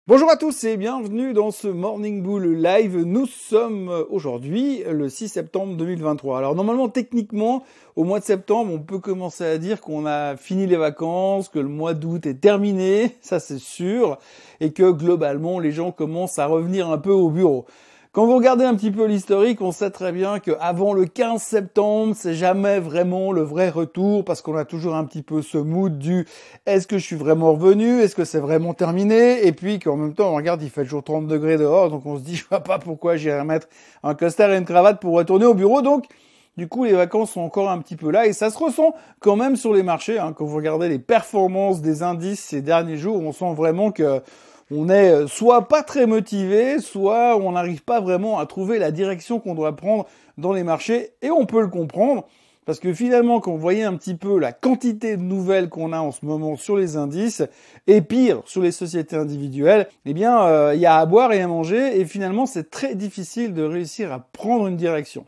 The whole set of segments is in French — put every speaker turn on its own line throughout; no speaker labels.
Bonjour à tous et bienvenue dans ce Morning Bull Live. Nous sommes aujourd'hui le 6 septembre 2023. Alors normalement, techniquement, au mois de septembre, on peut commencer à dire qu'on a fini les vacances, que le mois d'août est terminé, ça c'est sûr, et que globalement, les gens commencent à revenir un peu au bureau. Quand vous regardez un petit peu l'historique, on sait très bien qu'avant le 15 septembre, c'est jamais vraiment le vrai retour parce qu'on a toujours un petit peu ce mood du est-ce que je suis vraiment revenu, est-ce que c'est vraiment terminé, et puis qu'en même temps, on regarde, il fait toujours 30 degrés dehors, donc on se dit je vois pas pourquoi j'irais mettre un costard et une cravate pour retourner au bureau, donc du coup, les vacances sont encore un petit peu là et ça se ressent quand même sur les marchés. Quand vous regardez les performances des indices ces derniers jours, on sent vraiment que on est soit pas très motivé, soit on n'arrive pas vraiment à trouver la direction qu'on doit prendre dans les marchés. Et on peut le comprendre, parce que finalement, quand vous voyez un petit peu la quantité de nouvelles qu'on a en ce moment sur les indices, et pire, sur les sociétés individuelles, eh bien, il y a à boire et à manger, et finalement, c'est très difficile de réussir à prendre une direction.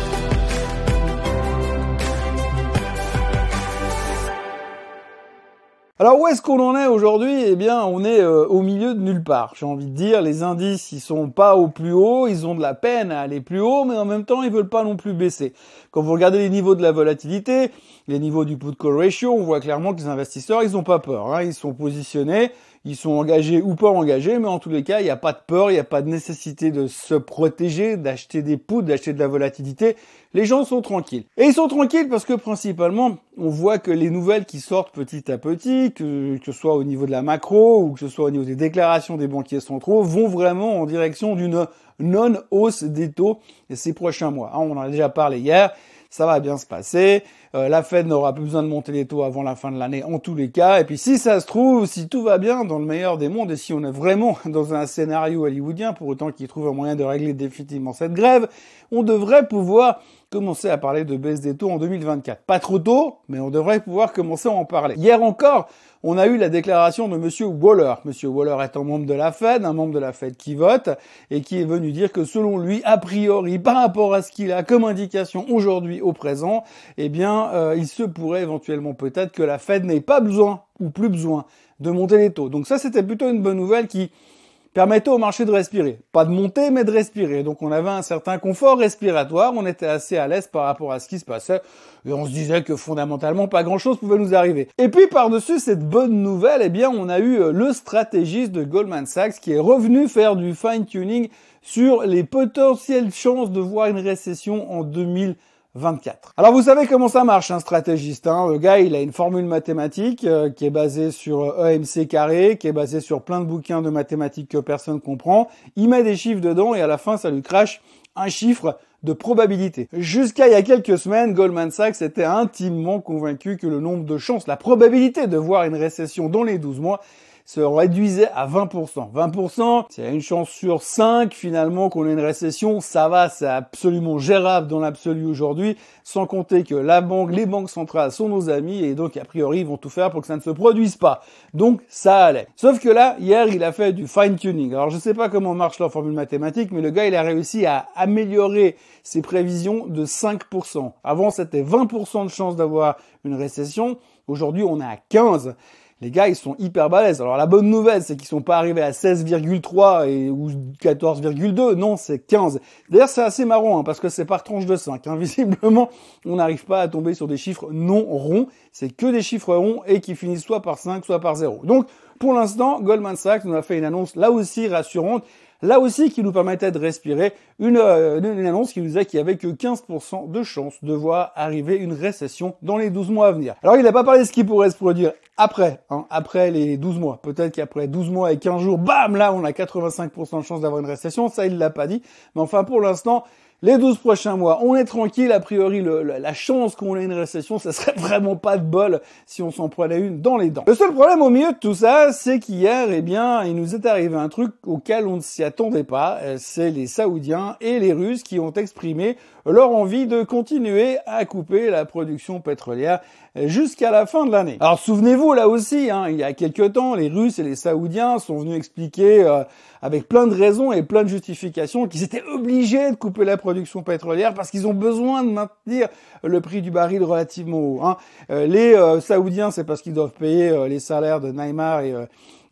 Alors où est-ce qu'on en est aujourd'hui ? Eh bien, on est au milieu de nulle part. J'ai envie de dire, les indices, ils sont pas au plus haut, ils ont de la peine à aller plus haut, mais en même temps, ils veulent pas non plus baisser. Quand vous regardez les niveaux de la volatilité, les niveaux du put-call ratio, on voit clairement que les investisseurs, ils ont pas peur. Ils sont positionnés, ils sont engagés ou pas engagés, mais en tous les cas, il n'y a pas de peur, il n'y a pas de nécessité de se protéger, d'acheter des puts, d'acheter de la volatilité. Les gens sont tranquilles. Et ils sont tranquilles parce que principalement, on voit que les nouvelles qui sortent petit à petit, que ce soit au niveau de la macro ou que ce soit au niveau des déclarations des banquiers centraux, vont vraiment en direction d'une non-hausse des taux ces prochains mois. On en a déjà parlé hier. Ça va bien se passer. La Fed n'aura plus besoin de monter les taux avant la fin de l'année en tous les cas. Et puis si ça se trouve, si tout va bien dans le meilleur des mondes et si on est vraiment dans un scénario hollywoodien, pour autant qu'ils trouvent un moyen de régler définitivement cette grève, on devrait pouvoir commencer à parler de baisse des taux en 2024. Pas trop tôt, mais on devrait pouvoir commencer à en parler. Hier encore, on a eu la déclaration de Monsieur Waller. Monsieur Waller est un membre de la Fed, un membre de la Fed qui vote et qui est venu dire que selon lui, a priori, par rapport à ce qu'il a comme indication aujourd'hui au présent, eh bien, il se pourrait éventuellement peut-être que la Fed n'ait pas besoin ou plus besoin de monter les taux. Donc ça, c'était plutôt une bonne nouvelle qui permettait au marché de respirer. Pas de monter, mais de respirer. Donc on avait un certain confort respiratoire, on était assez à l'aise par rapport à ce qui se passait, et on se disait que fondamentalement, pas grand-chose pouvait nous arriver. Et puis par-dessus cette bonne nouvelle, eh bien, on a eu le stratégiste de Goldman Sachs qui est revenu faire du fine-tuning sur les potentielles chances de voir une récession en 2024. Alors vous savez comment ça marche, un stratégiste. Le gars, il a une formule mathématique qui est basée sur EMC carré, qui est basée sur plein de bouquins de mathématiques que personne comprend. Il met des chiffres dedans et à la fin, ça lui crache un chiffre de probabilité. Jusqu'à il y a quelques semaines, Goldman Sachs était intimement convaincu que le nombre de chances, la probabilité de voir une récession dans les 12 mois, se réduisait à 20%. 20%, c'est une chance sur 5 finalement qu'on ait une récession. Ça va, c'est absolument gérable dans l'absolu aujourd'hui, sans compter que les banques centrales sont nos amis et donc a priori ils vont tout faire pour que ça ne se produise pas. Donc ça allait. Sauf que là, hier, il a fait du fine-tuning. Alors je sais pas comment marche leur formule mathématique, mais le gars, il a réussi à améliorer ses prévisions de 5%. Avant, c'était 20% de chance d'avoir une récession. Aujourd'hui, on est à 15%. Les gars, ils sont hyper balèzes. Alors la bonne nouvelle, c'est qu'ils sont pas arrivés à 16,3 ou 14,2. Non, c'est 15. D'ailleurs, c'est assez marrant parce que c'est par tranche de 5. Visiblement, on n'arrive pas à tomber sur des chiffres non ronds. C'est que des chiffres ronds et qui finissent soit par 5, soit par 0. Donc, pour l'instant, Goldman Sachs nous a fait une annonce là aussi rassurante. Là aussi, qui nous permettait de respirer une annonce qui nous disait qu'il y avait que 15% de chance de voir arriver une récession dans les 12 mois à venir. Alors, il n'a pas parlé de ce qui pourrait se produire après les 12 mois. Peut-être qu'après 12 mois et 15 jours, bam, là, on a 85% de chance d'avoir une récession. Ça, il l'a pas dit. Mais enfin, pour l'instant, les 12 prochains mois, on est tranquille. A priori, la chance qu'on ait une récession, ça serait vraiment pas de bol si on s'en prenait une dans les dents. Le seul problème au milieu de tout ça, c'est qu'hier, eh bien, il nous est arrivé un truc auquel on ne s'y attendait pas. C'est les Saoudiens et les Russes qui ont exprimé leur envie de continuer à couper la production pétrolière jusqu'à la fin de l'année. Alors souvenez-vous, là aussi, il y a quelques temps, les Russes et les Saoudiens sont venus expliquer avec plein de raisons et plein de justifications qu'ils étaient obligés de couper la production pétrolière parce qu'ils ont besoin de maintenir le prix du baril relativement haut. Les Saoudiens, c'est parce qu'ils doivent payer les salaires de Neymar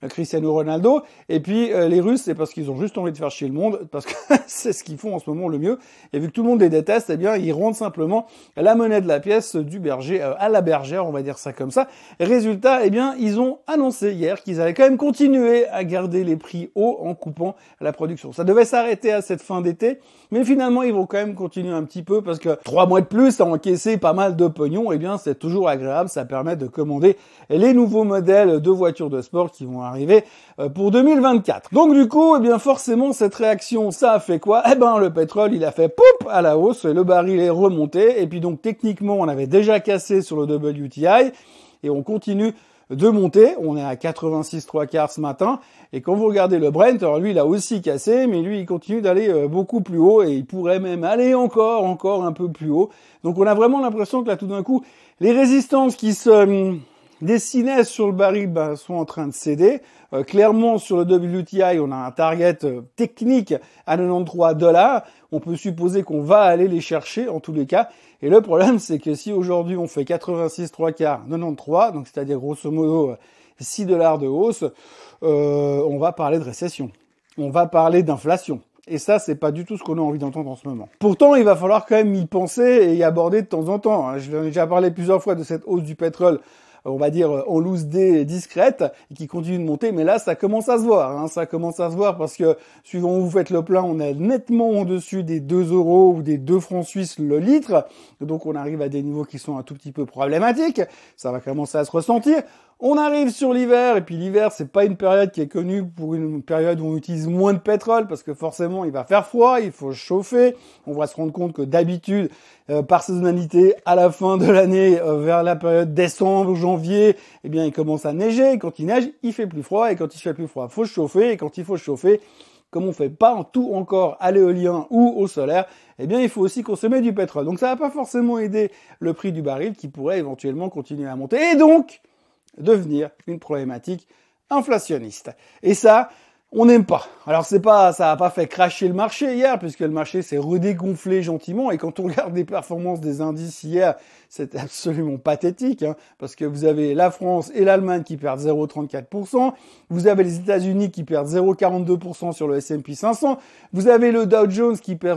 Cristiano Ronaldo. Et puis les Russes, c'est parce qu'ils ont juste envie de faire chier le monde, parce que c'est ce qu'ils font en ce moment le mieux. Et vu que tout le monde les déteste, eh bien ils rendent simplement la monnaie de la pièce du berger à la bergère, on va dire ça comme ça. Et résultat, eh bien ils ont annoncé hier qu'ils allaient quand même continuer à garder les prix hauts en coupant la production. Ça devait s'arrêter à cette fin d'été, mais finalement ils vont quand même continuer un petit peu parce que 3 mois de plus à encaisser pas mal de pognon, eh bien c'est toujours agréable, ça permet de commander les nouveaux modèles de voitures de sport qui vont arriver pour 2024. Donc du coup, eh bien forcément cette réaction, ça a fait quoi? Eh ben le pétrole, il a fait poup à la hausse, le baril est remonté et puis donc techniquement, on avait déjà cassé sur le WTI et on continue de monter. On est à 86 3/4 ce matin. Et quand vous regardez le Brent, alors lui, il a aussi cassé, mais lui, il continue d'aller beaucoup plus haut et il pourrait même aller encore un peu plus haut. Donc on a vraiment l'impression que là, tout d'un coup, les résistances qui se dessinaient sur le baril sont en train de céder. Clairement, sur le WTI, on a un target technique à 93 $. On peut supposer qu'on va aller les chercher en tous les cas. Et le problème, c'est que si aujourd'hui on fait 86 3/4, 93, donc c'est-à-dire grosso modo 6 $ de hausse, on va parler de récession. On va parler d'inflation. Et ça, c'est pas du tout ce qu'on a envie d'entendre en ce moment. Pourtant, il va falloir quand même y penser et y aborder de temps en temps. Je l'ai déjà parlé plusieurs fois de cette hausse du pétrole, on va dire en loose day discrète, et qui continue de monter, mais là ça commence à se voir, hein. Ça commence à se voir parce que suivant où vous faites le plein, on est nettement au-dessus des 2 € ou des 2 francs suisses le litre, donc on arrive à des niveaux qui sont un tout petit peu problématiques, ça va commencer à se ressentir. On arrive sur l'hiver, et puis l'hiver, c'est pas une période qui est connue pour une période où on utilise moins de pétrole, parce que forcément, il va faire froid, il faut chauffer. On va se rendre compte que d'habitude, par saisonnalité, à la fin de l'année, vers la période décembre, janvier, eh bien, il commence à neiger. Et quand il neige, il fait plus froid, et quand il fait plus froid, faut chauffer. Et quand il faut chauffer, comme on fait pas en tout encore à l'éolien ou au solaire, eh bien, il faut aussi consommer du pétrole. Donc, ça va pas forcément aider le prix du baril, qui pourrait éventuellement continuer à monter. Et donc, devenir une problématique inflationniste. Et ça, on n'aime pas. Alors ça a pas fait cracher le marché hier, puisque le marché s'est redégonflé gentiment, et quand on regarde les performances des indices hier, c'est absolument pathétique, hein, parce que vous avez la France et l'Allemagne qui perdent 0,34%, vous avez les États-Unis qui perdent 0,42% sur le S&P 500, vous avez le Dow Jones qui perd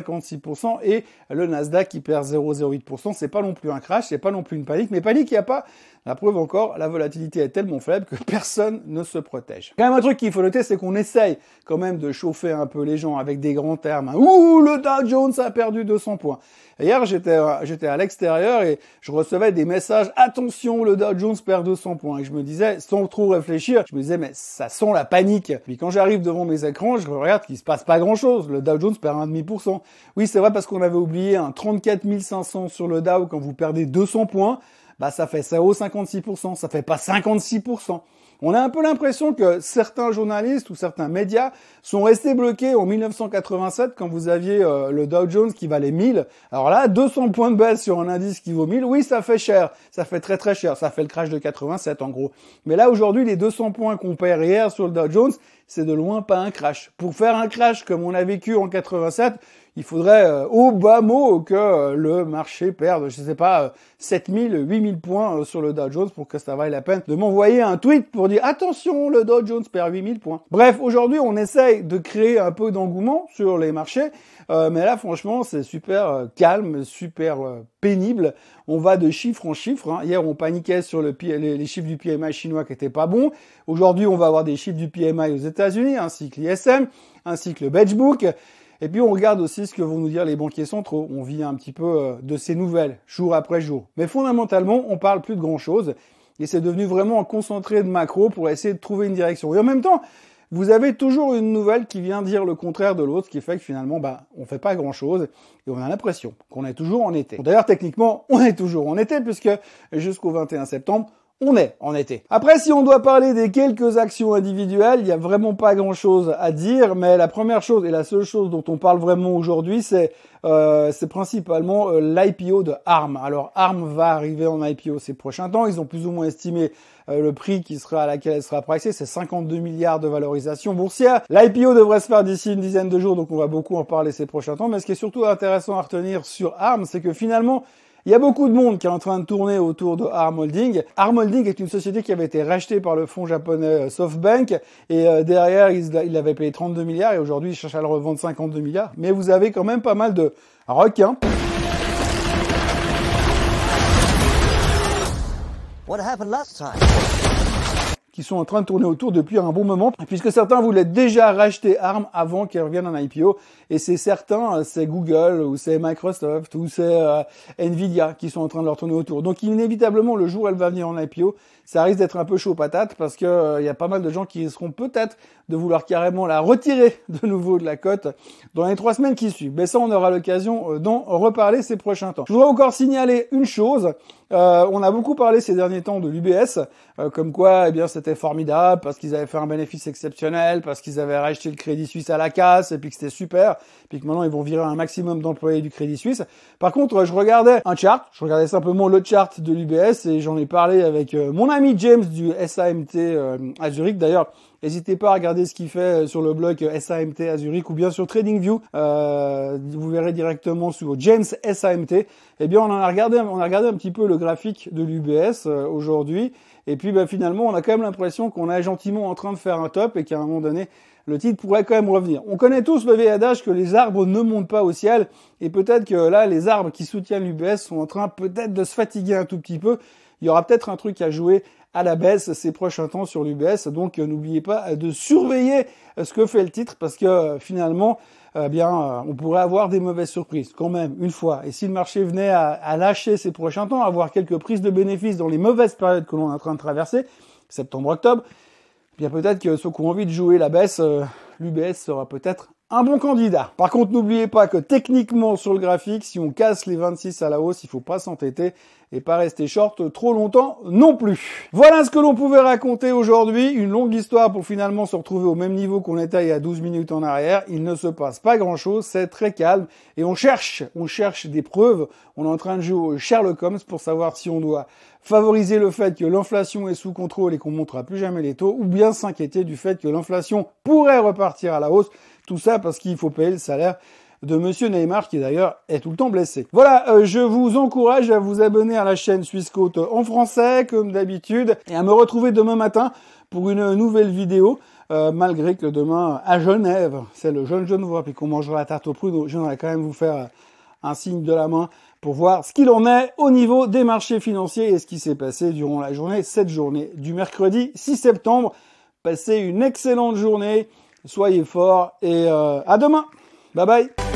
0,56% et le Nasdaq qui perd 0,08%. C'est pas non plus un crash, c'est pas non plus une panique, mais panique il n'y a pas. La preuve encore, la volatilité est tellement faible que personne ne se protège. Quand même un truc qu'il faut noter, c'est qu'on essaye quand même de chauffer un peu les gens avec des grands termes. Ouh, le Dow Jones a perdu 200 points. Et hier, j'étais à l'extérieur et je recevais des messages, attention, le Dow Jones perd 200 points. Et je me disais, sans trop réfléchir, je me disais, mais ça sent la panique. Puis quand j'arrive devant mes écrans, je regarde qu'il se passe pas grand chose. Le Dow Jones perd 1,5%. Oui, c'est vrai parce qu'on avait oublié un 34 500 sur le Dow quand vous perdez 200 points. Bah, ça fait 0,56%, ça fait pas 56%. On a un peu l'impression que certains journalistes ou certains médias sont restés bloqués en 1987 quand vous aviez le Dow Jones qui valait 1000. Alors là, 200 points de baisse sur un indice qui vaut 1000, oui, ça fait cher. Ça fait très très cher. Ça fait le crash de 87 en gros. Mais là, aujourd'hui, les 200 points qu'on perd hier sur le Dow Jones, c'est de loin pas un crash. Pour faire un crash comme on a vécu en 87, il faudrait au bas mot que le marché perde, je sais pas, 7000, 8000 points sur le Dow Jones pour que ça vaille la peine de m'envoyer un tweet pour dire attention, le Dow Jones perd 8000 points. Bref, aujourd'hui, on essaye de créer un peu d'engouement sur les marchés, mais là, franchement, c'est super calme, super pénible. On va de chiffre en chiffre, hein. Hier, on paniquait sur les chiffres du PMI chinois qui étaient pas bons. Aujourd'hui, on va avoir des chiffres du PMI aux États-Unis, ainsi que l'ISM, ainsi que le Benchmark. Et puis on regarde aussi ce que vont nous dire les banquiers centraux. On vit un petit peu de ces nouvelles, jour après jour. Mais fondamentalement, on parle plus de grand-chose. Et c'est devenu vraiment un concentré de macro pour essayer de trouver une direction. Et en même temps, vous avez toujours une nouvelle qui vient dire le contraire de l'autre, ce qui fait que finalement, on fait pas grand-chose. Et on a l'impression qu'on est toujours en été. Bon, d'ailleurs, techniquement, on est toujours en été, puisque jusqu'au 21 septembre, on est en été. Après, si on doit parler des quelques actions individuelles, il n'y a vraiment pas grand-chose à dire, mais la première chose et la seule chose dont on parle vraiment aujourd'hui, c'est principalement l'IPO de ARM. Alors, ARM va arriver en IPO ces prochains temps. Ils ont plus ou moins estimé le prix à laquelle elle sera pricée, c'est 52 milliards de valorisation boursière. L'IPO devrait se faire d'ici une dizaine de jours, donc on va beaucoup en parler ces prochains temps. Mais ce qui est surtout intéressant à retenir sur ARM, c'est que finalement, Il y a beaucoup de monde qui est en train de tourner autour de ARM Holding. ARM Holding est une société qui avait été rachetée par le fonds japonais SoftBank et derrière, il avait payé 32 milliards et aujourd'hui, il cherche à le revendre 52 milliards. Mais vous avez quand même pas mal de requins.
What happened last time?
Qui sont en train de tourner autour depuis un bon moment, puisque certains voulaient déjà racheter ARM avant qu'elle revienne en IPO, et c'est certains, c'est Google, ou c'est Microsoft, ou c'est Nvidia qui sont en train de leur tourner autour. Donc inévitablement, le jour où elle va venir en IPO, ça risque d'être un peu chaud patate, parce que y a pas mal de gens qui risqueront peut-être de vouloir carrément la retirer de nouveau de la cote dans les 3 semaines qui suivent. Mais ça, on aura l'occasion d'en reparler ces prochains temps. Je voudrais encore signaler une chose. On a beaucoup parlé ces derniers temps de l'UBS, comme quoi, eh bien, c'était formidable parce qu'ils avaient fait un bénéfice exceptionnel, parce qu'ils avaient racheté le Crédit Suisse à la casse, et puis que c'était super, puis que maintenant ils vont virer un maximum d'employés du Crédit Suisse. Par contre, je regardais un chart, je regardais simplement le chart de l'UBS, et j'en ai parlé avec mon ami James du SAMT à Zurich. D'ailleurs, n'hésitez pas à regarder ce qu'il fait sur le blog SAMT à Zurich ou bien sur TradingView. Vous verrez directement sur James SAMT. Eh bien, on a regardé un petit peu le graphique de l'UBS aujourd'hui. Et puis, finalement, on a quand même l'impression qu'on est gentiment en train de faire un top et qu'à un moment donné, le titre pourrait quand même revenir. On connaît tous le vieil adage que les arbres ne montent pas au ciel. Et peut-être que là, les arbres qui soutiennent l'UBS sont en train peut-être de se fatiguer un tout petit peu. Il y aura peut-être un truc à jouer à la baisse ces prochains temps sur l'UBS. Donc, n'oubliez pas de surveiller ce que fait le titre parce que finalement, on pourrait avoir des mauvaises surprises quand même une fois. Et si le marché venait à lâcher ces prochains temps, avoir quelques prises de bénéfices dans les mauvaises périodes que l'on est en train de traverser, septembre-octobre, bien peut-être que ceux qui ont envie de jouer la baisse, l'UBS sera peut-être un bon candidat. Par contre, n'oubliez pas que techniquement sur le graphique, si on casse les 26 à la hausse, il faut pas s'entêter et pas rester short trop longtemps non plus. Voilà ce que l'on pouvait raconter aujourd'hui. Une longue histoire pour finalement se retrouver au même niveau qu'on était il y a 12 minutes en arrière. Il ne se passe pas grand chose, c'est très calme et on cherche des preuves. On est en train de jouer au Sherlock Holmes pour savoir si on doit favoriser le fait que l'inflation est sous contrôle et qu'on ne montera plus jamais les taux ou bien s'inquiéter du fait que l'inflation pourrait repartir à la hausse. Tout ça parce qu'il faut payer le salaire de Monsieur Neymar, qui d'ailleurs est tout le temps blessé. Voilà, je vous encourage à vous abonner à la chaîne Swissquote en français, comme d'habitude, et à me retrouver demain matin pour une nouvelle vidéo, malgré que demain, à Genève, c'est le jeune Genevois, puis qu'on mangera la tarte aux prunes, j'aimerais quand même vous faire un signe de la main pour voir ce qu'il en est au niveau des marchés financiers et ce qui s'est passé durant la journée, cette journée du mercredi 6 septembre. Passez une excellente journée. Soyez forts et à demain. Bye bye.